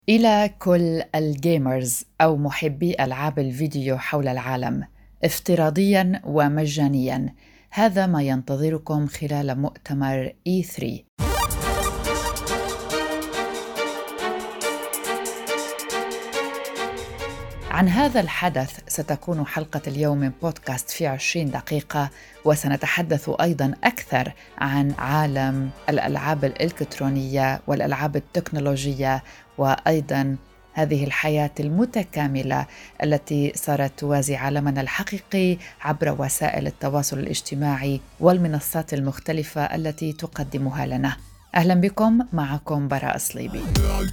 إلى كل الجيمرز أو محبي ألعاب الفيديو حول العالم، افتراضياً ومجانياً، هذا ما ينتظركم خلال مؤتمر E3. عن هذا الحدث ستكون حلقة اليوم من بودكاست في 20 دقيقة، وسنتحدث أيضاً أكثر عن عالم الألعاب الإلكترونية والألعاب التكنولوجية، وأيضاً هذه الحياة المتكاملة التي صارت توازي عالمنا الحقيقي عبر وسائل التواصل الاجتماعي والمنصات المختلفة التي تقدمها لنا. أهلاً بكم، معكم براء صليبي.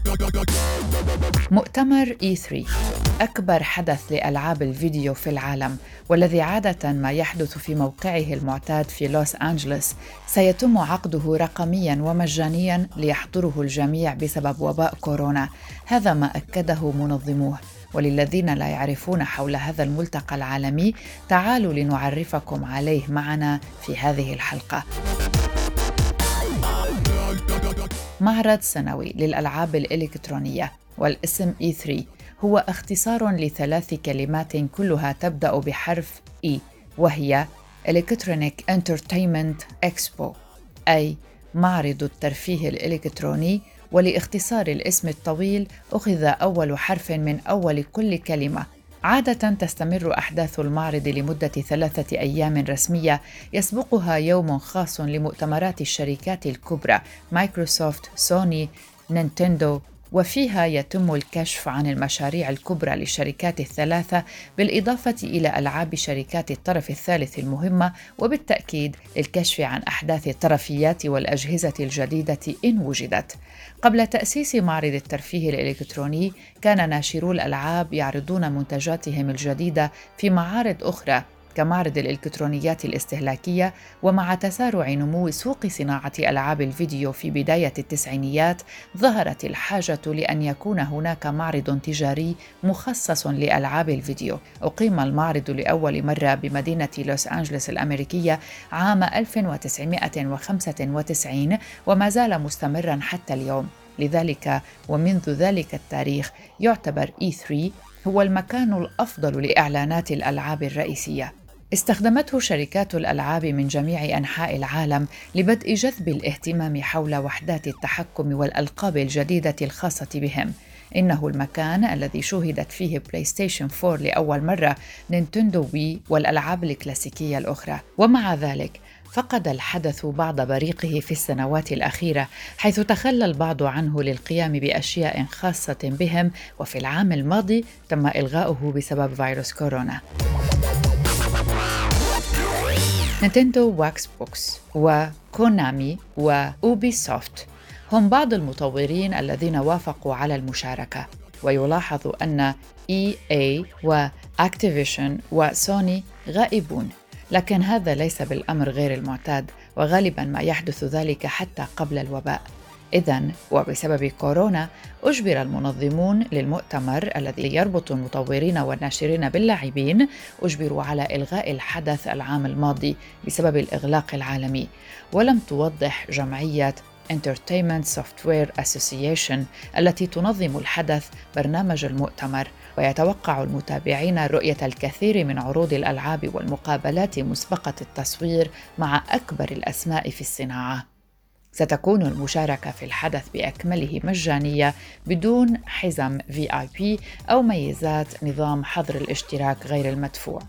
مؤتمر E3 أكبر حدث لألعاب الفيديو في العالم، والذي عادة ما يحدث في موقعه المعتاد في لوس أنجلوس، سيتم عقده رقمياً ومجانياً ليحضره الجميع بسبب وباء كورونا. هذا ما أكده منظموه. وللذين لا يعرفون حول هذا الملتقى العالمي، تعالوا لنعرفكم عليه معنا في هذه الحلقة. معرض سنوي للألعاب الإلكترونية، والاسم E3 هو اختصار لثلاث كلمات كلها تبدأ بحرف E، وهي Electronic Entertainment Expo، أي معرض الترفيه الإلكتروني. ولاختصار الاسم الطويل أخذ أول حرف من أول كل كلمة. عادة تستمر أحداث المعرض لمدة 3 أيام رسمية، يسبقها يوم خاص لمؤتمرات الشركات الكبرى مايكروسوفت، سوني، نينتندو، وفيها يتم الكشف عن المشاريع الكبرى للشركات الثلاثة، بالإضافة إلى ألعاب شركات الطرف الثالث المهمة، وبالتأكيد الكشف عن أحداث الطرفيات والأجهزة الجديدة إن وجدت. قبل تأسيس معرض الترفيه الإلكتروني، كان ناشرو الألعاب يعرضون منتجاتهم الجديدة في معارض أخرى كمعرض الإلكترونيات الاستهلاكية. ومع تسارع نمو سوق صناعة ألعاب الفيديو في بداية التسعينيات، ظهرت الحاجة لأن يكون هناك معرض تجاري مخصص لألعاب الفيديو. أقيم المعرض لأول مرة بمدينة لوس أنجلوس الأمريكية عام 1995، وما زال مستمراً حتى اليوم. لذلك ومنذ ذلك التاريخ يعتبر E3 هو المكان الأفضل لإعلانات الألعاب الرئيسية. استخدمته شركات الألعاب من جميع أنحاء العالم لبدء جذب الاهتمام حول وحدات التحكم والألقاب الجديدة الخاصة بهم. إنه المكان الذي شوهدت فيه بلاي ستيشن 4 لأول مرة، نينتندو وي، والألعاب الكلاسيكية الأخرى. ومع ذلك فقد الحدث بعض بريقه في السنوات الأخيرة، حيث تخلى البعض عنه للقيام بأشياء خاصة بهم، وفي العام الماضي تم إلغاؤه بسبب فيروس كورونا. نينتندو واكس بوكس وكونامي وأوبي سوفت هم بعض المطورين الذين وافقوا على المشاركة. ويلاحظ أن EA وأكتيفيشن وسوني غائبون، لكن هذا ليس بالأمر غير المعتاد، وغالباً ما يحدث ذلك حتى قبل الوباء. إذن وبسبب كورونا أجبر المنظمون للمؤتمر الذي يربط المطورين والناشرين باللاعبين، أجبروا على إلغاء الحدث العام الماضي بسبب الإغلاق العالمي. ولم توضح جمعية Entertainment Software Association التي تنظم الحدث برنامج المؤتمر، ويتوقع المتابعين رؤية الكثير من عروض الألعاب والمقابلات مسبقة التصوير مع أكبر الأسماء في الصناعة. ستكون المشاركة في الحدث بأكمله مجانية بدون حزم VIP أو ميزات نظام حظر الاشتراك غير المدفوع.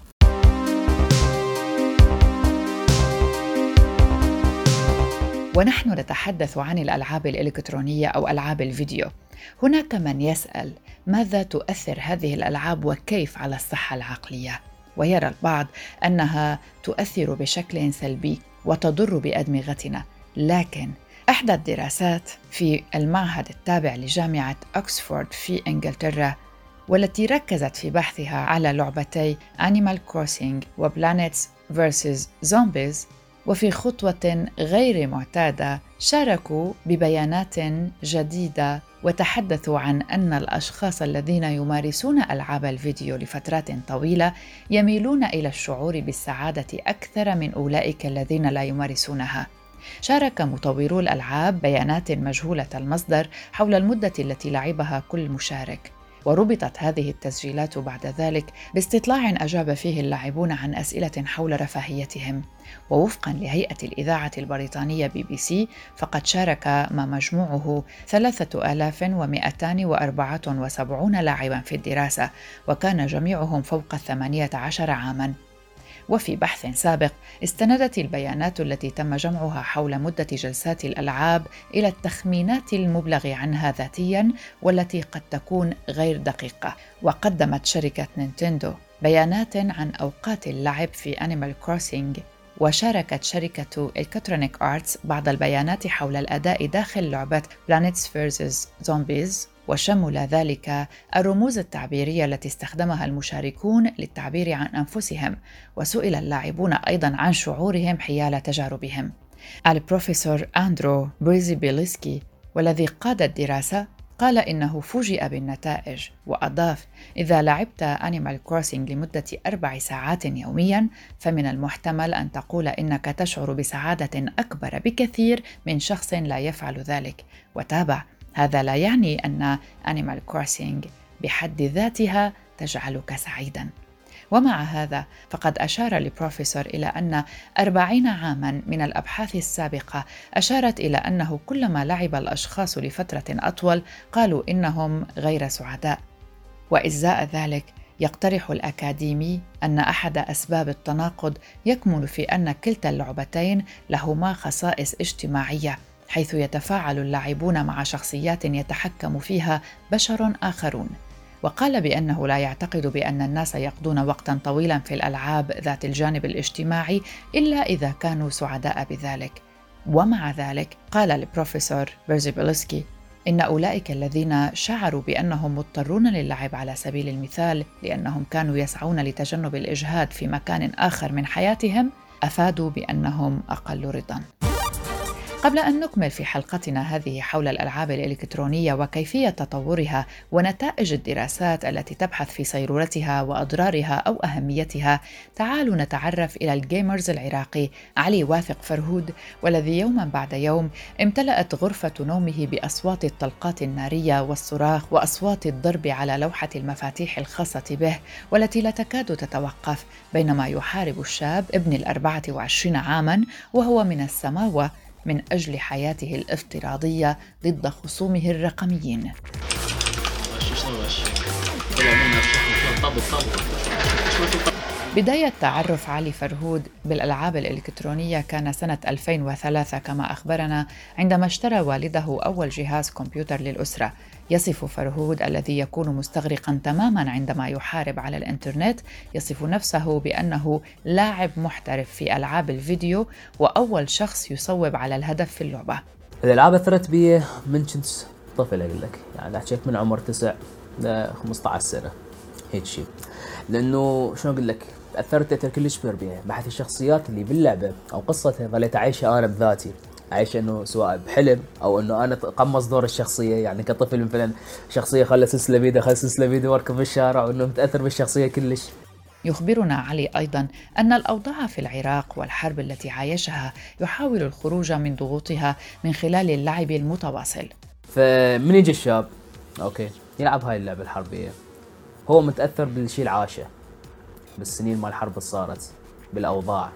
ونحن نتحدث عن الألعاب الإلكترونية أو ألعاب الفيديو. هناك من يسأل ماذا تؤثر هذه الألعاب وكيف على الصحة العقلية؟ ويرى البعض أنها تؤثر بشكل سلبي وتضر بأدمغتنا. لكن إحدى الدراسات في المعهد التابع لجامعة أكسفورد في إنجلترا، والتي ركزت في بحثها على لعبتي Animal Crossing وPlanets vs Zombies، وفي خطوة غير معتادة شاركوا ببيانات جديدة وتحدثوا عن أن الأشخاص الذين يمارسون ألعاب الفيديو لفترات طويلة يميلون إلى الشعور بالسعادة أكثر من أولئك الذين لا يمارسونها. شارك مطورو الألعاب بيانات مجهولة المصدر حول المدة التي لعبها كل مشارك، وربطت هذه التسجيلات بعد ذلك باستطلاع أجاب فيه اللاعبون عن أسئلة حول رفاهيتهم. ووفقاً لهيئة الإذاعة البريطانية BBC، فقد شارك ما مجموعه 3274 لاعباً في الدراسة، وكان جميعهم فوق 18 عاماً. وفي بحث سابق استندت البيانات التي تم جمعها حول مدة جلسات الألعاب إلى التخمينات المبلغ عنها ذاتياً والتي قد تكون غير دقيقة. وقدمت شركة نينتندو بيانات عن أوقات اللعب في أنيمال كروسينج، وشاركت شركة إلكترونيك آرتس بعض البيانات حول الأداء داخل لعبة Plants vs Zombies، وشمل ذلك الرموز التعبيرية التي استخدمها المشاركون للتعبير عن أنفسهم. وسئل اللاعبون أيضاً عن شعورهم حيال تجاربهم. البروفيسور أندرو بريزيبيلسكي والذي قاد الدراسة قال إنه فوجئ بالنتائج، وأضاف: إذا لعبت أنيمال كروسينج لمدة 4 ساعات يومياً فمن المحتمل أن تقول إنك تشعر بسعادة أكبر بكثير من شخص لا يفعل ذلك. وتابع: هذا لا يعني أن أنيمال كروسينج بحد ذاتها تجعلك سعيداً. ومع هذا فقد أشار البروفيسور إلى أن 40 عاماً من الأبحاث السابقة أشارت إلى أنه كلما لعب الأشخاص لفترة أطول قالوا إنهم غير سعداء. وإزاء ذلك يقترح الأكاديمي أن أحد أسباب التناقض يكمن في أن كلتا اللعبتين لهما خصائص اجتماعية، حيث يتفاعل اللاعبون مع شخصيات يتحكم فيها بشر آخرون. وقال بأنه لا يعتقد بأن الناس يقضون وقتاً طويلاً في الألعاب ذات الجانب الاجتماعي إلا إذا كانوا سعداء بذلك. ومع ذلك قال البروفيسور برزيبيلسكي إن أولئك الذين شعروا بأنهم مضطرون للعب على سبيل المثال لأنهم كانوا يسعون لتجنب الإجهاد في مكان آخر من حياتهم أفادوا بأنهم أقل رضاً. قبل أن نكمل في حلقتنا هذه حول الألعاب الإلكترونية وكيفية تطورها ونتائج الدراسات التي تبحث في صيرورتها وأضرارها أو أهميتها، تعالوا نتعرف إلى الجيمرز العراقي علي واثق فرهود، والذي يوماً بعد يوم امتلأت غرفة نومه بأصوات الطلقات النارية والصراخ وأصوات الضرب على لوحة المفاتيح الخاصة به والتي لا تكاد تتوقف، بينما يحارب الشاب ابن 24 عاماً وهو من السماوة من أجل حياته الافتراضية ضد خصومه الرقميين. بداية تعرف علي فرهود بالألعاب الإلكترونية كان سنة 2003 كما أخبرنا، عندما اشترى والده أول جهاز كمبيوتر للأسرة. يصف فرهود الذي يكون مستغرقاً تماماً عندما يحارب على الإنترنت، يصف نفسه بأنه لاعب محترف في ألعاب الفيديو وأول شخص يصوب على الهدف في اللعبة. الألعاب أثرت بي من كنت طفل، أقول لك يعني حكيت من عمر 9 ل 15 سنة هيك شيء، لأنه شلون أقول لك أثرت تأثير كلش كبير بيها. بحث الشخصيات اللي باللعبة أو قصتها ظليت أعيشها أنا بذاتي، عايش انه سواء بحلم او انه انا اتقمص دور الشخصيه. يعني كطفل مثلا شخصيه خلت سلسله بيده واركب بالشارع وانه متاثر بالشخصيه كلش. يخبرنا علي ايضا ان الاوضاع في العراق والحرب التي عايشها يحاول الخروج من ضغوطها من خلال اللعب المتواصل. فمن يجي الشاب اوكي يلعب هاي اللعبه الحربيه، هو متاثر بالشيء العاشه بالسنين مال الحرب اللي صارت بالاوضاع،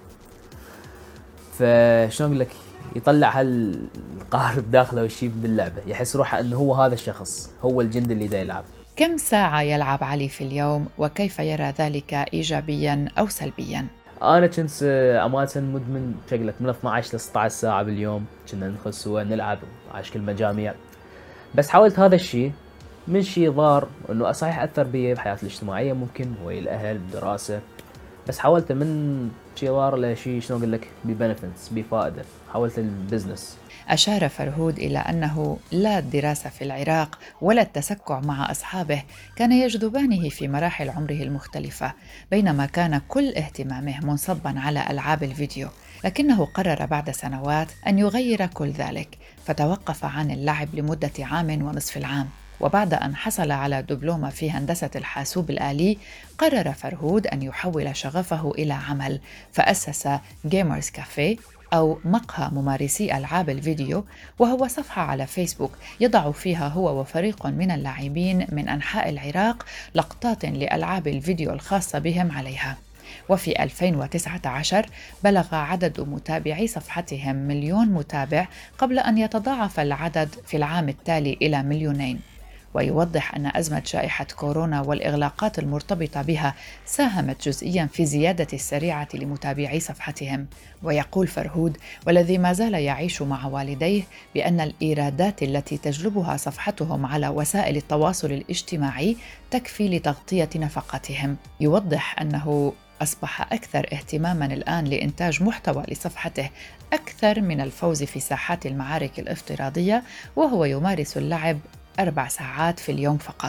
فشلون اقول لك يطلع هالقهر بداخله والشيء باللعبه، يحس روحه انه هو هذا الشخص، هو الجندي اللي دا يلعب. كم ساعه يلعب علي في اليوم وكيف يرى ذلك ايجابيا او سلبيا؟ انا كنت امانه مدمن شكلك من 12 ل 16 ساعه باليوم، كنا ندخل سوا نلعب على شكل مجاميع. بس حاولت هذا الشيء من شيء ضار، انه صحيح اثر بي بحياتي الاجتماعيه ممكن ويا الاهل بالدراسه، بس حاولت من شيء ضار لشيء شلون اقول لك ببنفيتس بفائده، حاولت البزنس. أشار فرهود إلى أنه لا الدراسة في العراق ولا التسكع مع أصحابه كان يجذبانه في مراحل عمره المختلفة، بينما كان كل اهتمامه منصباً على ألعاب الفيديو. لكنه قرر بعد سنوات أن يغير كل ذلك، فتوقف عن اللعب لمدة 1.5 عام. وبعد أن حصل على دبلومة في هندسة الحاسوب الآلي، قرر فرهود أن يحول شغفه إلى عمل، فأسس جيمرز كافيه، أو مقهى ممارسي ألعاب الفيديو، وهو صفحة على فيسبوك يضع فيها هو وفريق من اللاعبين من أنحاء العراق لقطات لألعاب الفيديو الخاصة بهم عليها. وفي 2019 بلغ عدد متابعي صفحتهم 1,000,000 متابع، قبل أن يتضاعف العدد في العام التالي إلى 2,000,000. ويوضح أن أزمة جائحة كورونا والإغلاقات المرتبطة بها ساهمت جزئياً في زيادة السريعة لمتابعي صفحتهم. ويقول فرهود، والذي ما زال يعيش مع والديه، بأن الإيرادات التي تجلبها صفحتهم على وسائل التواصل الاجتماعي تكفي لتغطية نفقاتهم. يوضح أنه أصبح أكثر اهتماماً الآن لإنتاج محتوى لصفحته أكثر من الفوز في ساحات المعارك الافتراضية، وهو يمارس اللعب 4 ساعات في اليوم فقط.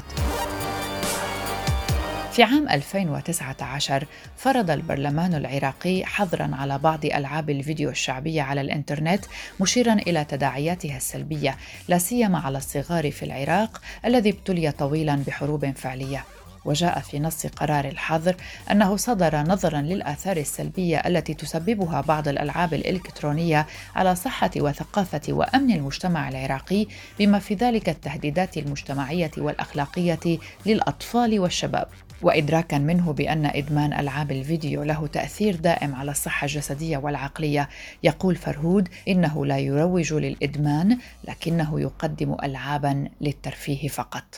في عام 2019 فرض البرلمان العراقي حظراً على بعض ألعاب الفيديو الشعبية على الإنترنت، مشيراً إلى تداعياتها السلبية، لا سيما على الصغار في العراق الذي ابتلي طويلاً بحروب فعلية. وجاء في نص قرار الحظر أنه صدر نظراً للآثار السلبية التي تسببها بعض الألعاب الإلكترونية على صحة وثقافة وأمن المجتمع العراقي، بما في ذلك التهديدات المجتمعية والأخلاقية للأطفال والشباب. وإدراكاً منه بأن إدمان ألعاب الفيديو له تأثير دائم على الصحة الجسدية والعقلية، يقول فرهود إنه لا يروج للإدمان، لكنه يقدم ألعاباً للترفيه فقط.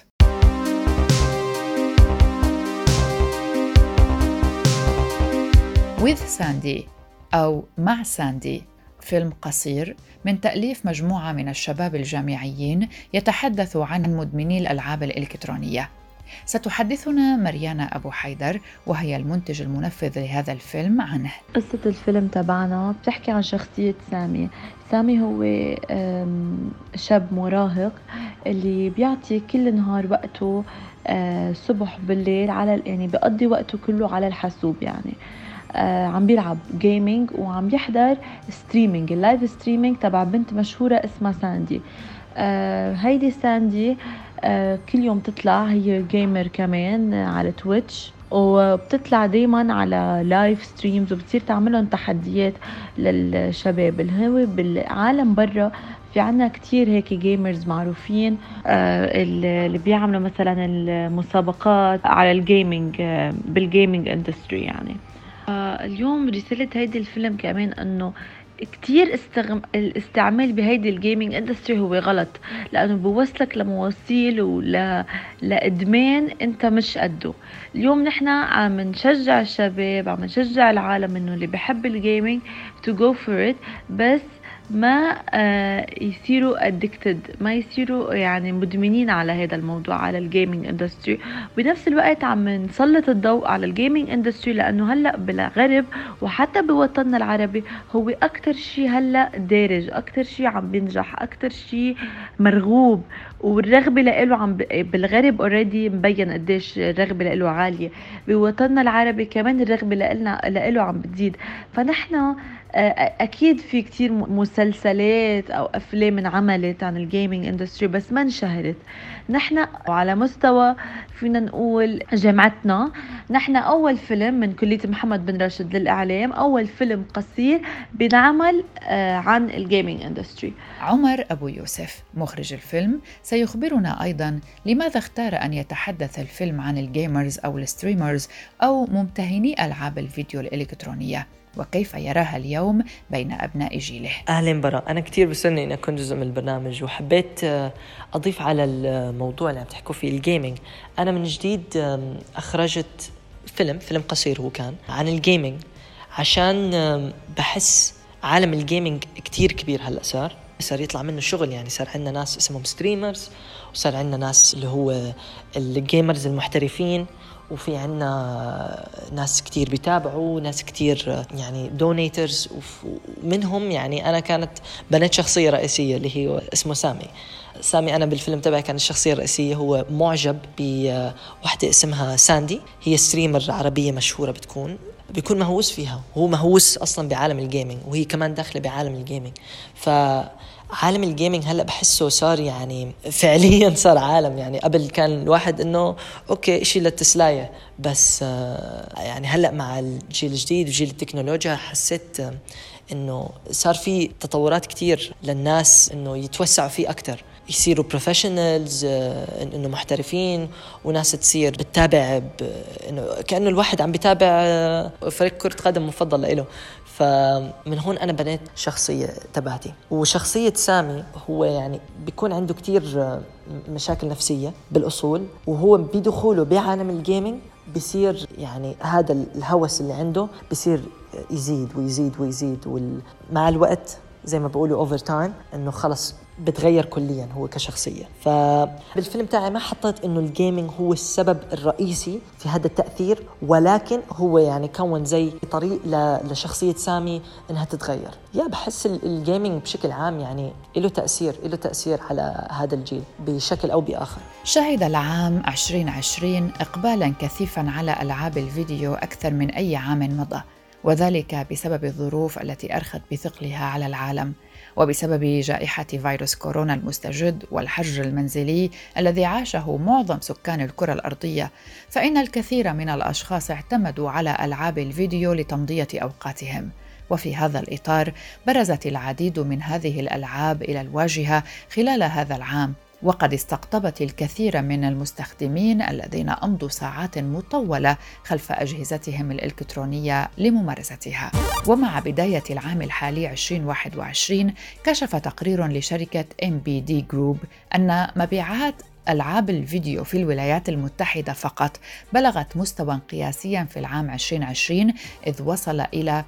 With Sandy أو مع ساندي، فيلم قصير من تأليف مجموعة من الشباب الجامعيين يتحدث عن مدمني الألعاب الإلكترونية. ستحدثنا مريانا أبو حيدر، وهي المنتج المنفذ لهذا الفيلم، عنه. قصة الفيلم تبعنا بتحكي عن شخصية سامي. سامي هو شاب مراهق اللي بيعطي كل نهار وقته صبح بالليل يعني بيقضي وقته كله على الحاسوب، يعني عم بيلعب جيمينج وعم بيحضر ستريمينج، اللايف ستريمينج تبع بنت مشهورة اسمها ساندي. هيدي ساندي كل يوم تطلع، هي جيمر كمان على تويتش، وبتطلع دايما على لايف ستريمز وبتصير تعملهم تحديات للشباب اللي هو بالعالم برا. في عنا كتير هيك جيمرز معروفين اللي بيعملوا مثلا المسابقات على الجيمينج بالجيمينج اندستري. يعني اليوم رسالة هيدي الفيلم كمان انه كتير الاستعمال بهيدي الجيمينج اندستري هو غلط، لانه بوصلك لمواصيل لادمان انت مش قده. اليوم نحن عم نشجع الشباب، عم نشجع العالم انه اللي بيحب الجيمينج to go for it، بس ما يصيروا addicted، ما يصيروا يعني مدمنين على هذا الموضوع، على الجيمينج اندستري. بنفس الوقت عم نسلط الضوء على الجيمينج اندستري، لانه هلا بالغرب وحتى بوطننا العربي هو اكتر شيء هلا دارج، اكتر شيء عم بينجح، اكتر شيء مرغوب، والرغبه له بالغرب اوريدي مبين قديش الرغبه له عاليه. بوطننا العربي كمان الرغبه له عم بتزيد. فنحن اكيد في كتير مسلسلات او افلام انعملت عن الجيمينج اندستري بس ما انشهرت. نحن على مستوى فينا نقول جامعتنا، نحن اول فيلم من كلية محمد بن راشد للاعلام، اول فيلم قصير بنعمل عن الجيمينج اندستري. عمر أبو يوسف مخرج الفيلم سيخبرنا أيضاً لماذا اختار أن يتحدث الفيلم عن الجيمرز أو الستريمرز أو ممتهني ألعاب الفيديو الإلكترونية، وكيف يراها اليوم بين أبناء جيله. أهلا براء، أنا كتير بسني أن أكون جزء من البرنامج، وحبيت أضيف على الموضوع اللي عم تحكوا فيه الجيمينج. أنا من جديد أخرجت فيلم قصير هو كان عن الجيمينج، عشان بحس عالم الجيمينج كتير كبير هلأ صار يطلع منه شغل. يعني صار عندنا ناس اسمهم ستريمرز، وصار عندنا ناس اللي هو الجيمرز المحترفين، وفي عنا ناس كتير بيتابعوا، ناس كتير يعني دونيترز، ومنهم يعني أنا كانت بنت شخصية رئيسية اللي هي اسمه سامي. أنا بالفيلم تبعي كان الشخصية الرئيسية هو معجب بوحدة اسمها ساندي، هي ستريمر عربية مشهورة، بيكون مهووس فيها، وهو مهووس أصلا بعالم الجيمينج، وهي كمان داخلة بعالم الجيمينج. عالم الجيمينج هلأ بحسه صار يعني فعليا صار عالم. يعني قبل كان الواحد انه اوكي اشي للتسلاية بس، يعني هلأ مع الجيل الجديد وجيل التكنولوجيا حسيت إنه صار في تطورات كتير للناس إنه يتوسعوا فيه أكتر، يصيروا بروفيشنالز، إنه محترفين، وناس تصير بتتابع إنه كأنه الواحد عم بيتابع فريق كرة قدم مفضل له. فمن هون أنا بنيت شخصية تبعتي. وشخصية سامي هو يعني بيكون عنده كتير مشاكل نفسية بالأصول، وهو بدخوله بعالم الجيمينج بيصير يعني هذا الهوس اللي عنده بيصير يزيد ويزيد ويزيد، ومع الوقت زي ما بقولوا اوفر تايم انه خلص بتغير كليا هو كشخصية. فبالفيلم تاعي ما حطيت انه الجيمينج هو السبب الرئيسي في هذا التأثير، ولكن هو يعني كون زي طريق لشخصية سامي انها تتغير. بحس الجيمينج بشكل عام يعني له تأثير على هذا الجيل بشكل او بآخر. شهد العام 2020 اقبالا كثيفا على ألعاب الفيديو اكثر من اي عام مضى، وذلك بسبب الظروف التي أرخت بثقلها على العالم، وبسبب جائحة فيروس كورونا المستجد والحجر المنزلي الذي عاشه معظم سكان الكرة الأرضية. فإن الكثير من الأشخاص اعتمدوا على ألعاب الفيديو لتمضية أوقاتهم، وفي هذا الإطار برزت العديد من هذه الألعاب إلى الواجهة خلال هذا العام، وقد استقطبت الكثير من المستخدمين الذين أمضوا ساعات مطولة خلف أجهزتهم الإلكترونية لممارستها. ومع بداية العام الحالي 2021 كشف تقرير لشركة MBD Group أن مبيعات ألعاب الفيديو في الولايات المتحدة فقط بلغت مستوى قياسياً في العام 2020، إذ وصل إلى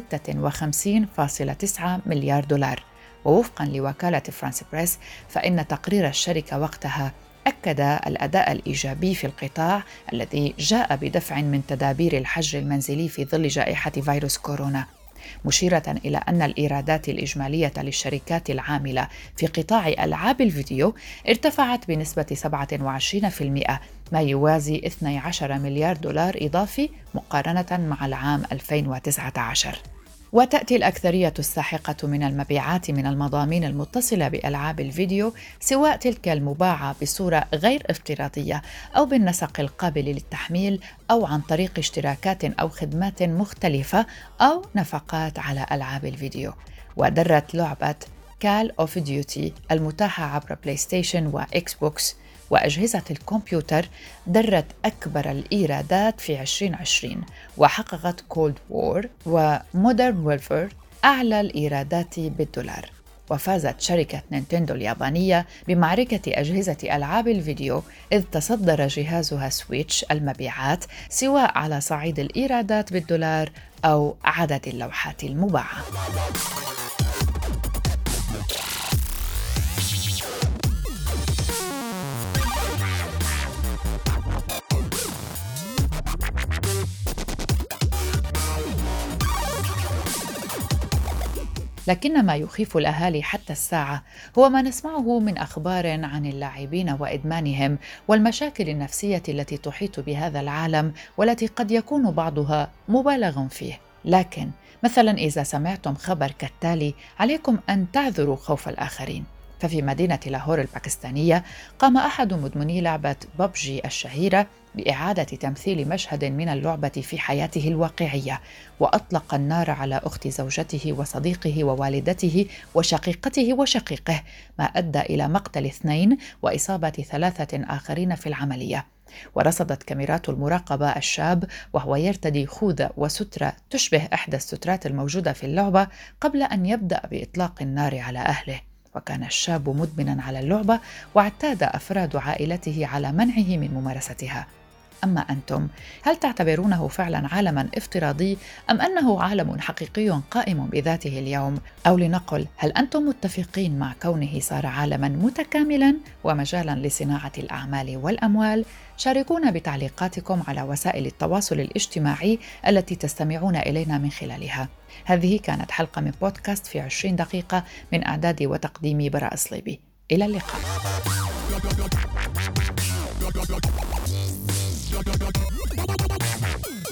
56.9 مليار دولار. ووفقاً لوكالة فرانس بريس، فإن تقرير الشركة وقتها أكد الأداء الإيجابي في القطاع الذي جاء بدفع من تدابير الحجر المنزلي في ظل جائحة فيروس كورونا، مشيرة إلى أن الإيرادات الإجمالية للشركات العاملة في قطاع ألعاب الفيديو ارتفعت بنسبة 27%، ما يوازي 12 مليار دولار إضافي مقارنة مع العام 2019. وتأتي الأكثرية الساحقة من المبيعات من المضامين المتصلة بألعاب الفيديو، سواء تلك المباعة بصورة غير افتراضية أو بالنسق القابل للتحميل أو عن طريق اشتراكات أو خدمات مختلفة أو نفقات على ألعاب الفيديو. ودرت لعبة كال أوف ديوتي المتاحة عبر بلاي ستيشن وإكس بوكس وأجهزة الكمبيوتر درت أكبر الإيرادات في 2020، وحققت كولد وور ومودرن وورفير أعلى الإيرادات بالدولار. وفازت شركة نينتندو اليابانية بمعركة أجهزة ألعاب الفيديو، إذ تصدر جهازها سويتش المبيعات سواء على صعيد الإيرادات بالدولار أو عدد اللوحات المباعة. لكن ما يخيف الأهالي حتى الساعة هو ما نسمعه من أخبار عن اللاعبين وإدمانهم والمشاكل النفسية التي تحيط بهذا العالم، والتي قد يكون بعضها مبالغ فيه. لكن مثلا إذا سمعتم خبر كالتالي عليكم أن تعذروا خوف الآخرين. ففي مدينة لاهور الباكستانية قام أحد مدمني لعبة ببجي الشهيرة بإعادة تمثيل مشهد من اللعبة في حياته الواقعية، وأطلق النار على أخت زوجته وصديقه ووالدته وشقيقته وشقيقه، ما أدى إلى مقتل 2 وإصابة 3 آخرين في العملية. ورصدت كاميرات المراقبة الشاب وهو يرتدي خوذة وسترة تشبه إحدى السترات الموجودة في اللعبة قبل أن يبدأ بإطلاق النار على أهله. وكان الشاب مدمناً على اللعبة، واعتاد أفراد عائلته على منعه من ممارستها. أما أنتم، هل تعتبرونه فعلاً عالماً افتراضي أم أنه عالم حقيقي قائم بذاته اليوم؟ أو لنقل، هل أنتم متفقين مع كونه صار عالماً متكاملاً ومجالاً لصناعة الأعمال والأموال؟ شاركونا بتعليقاتكم على وسائل التواصل الاجتماعي التي تستمعون إلينا من خلالها. هذه كانت حلقة من بودكاست في 20 دقيقة من إعداد وتقديم براء صليبي. إلى اللقاء.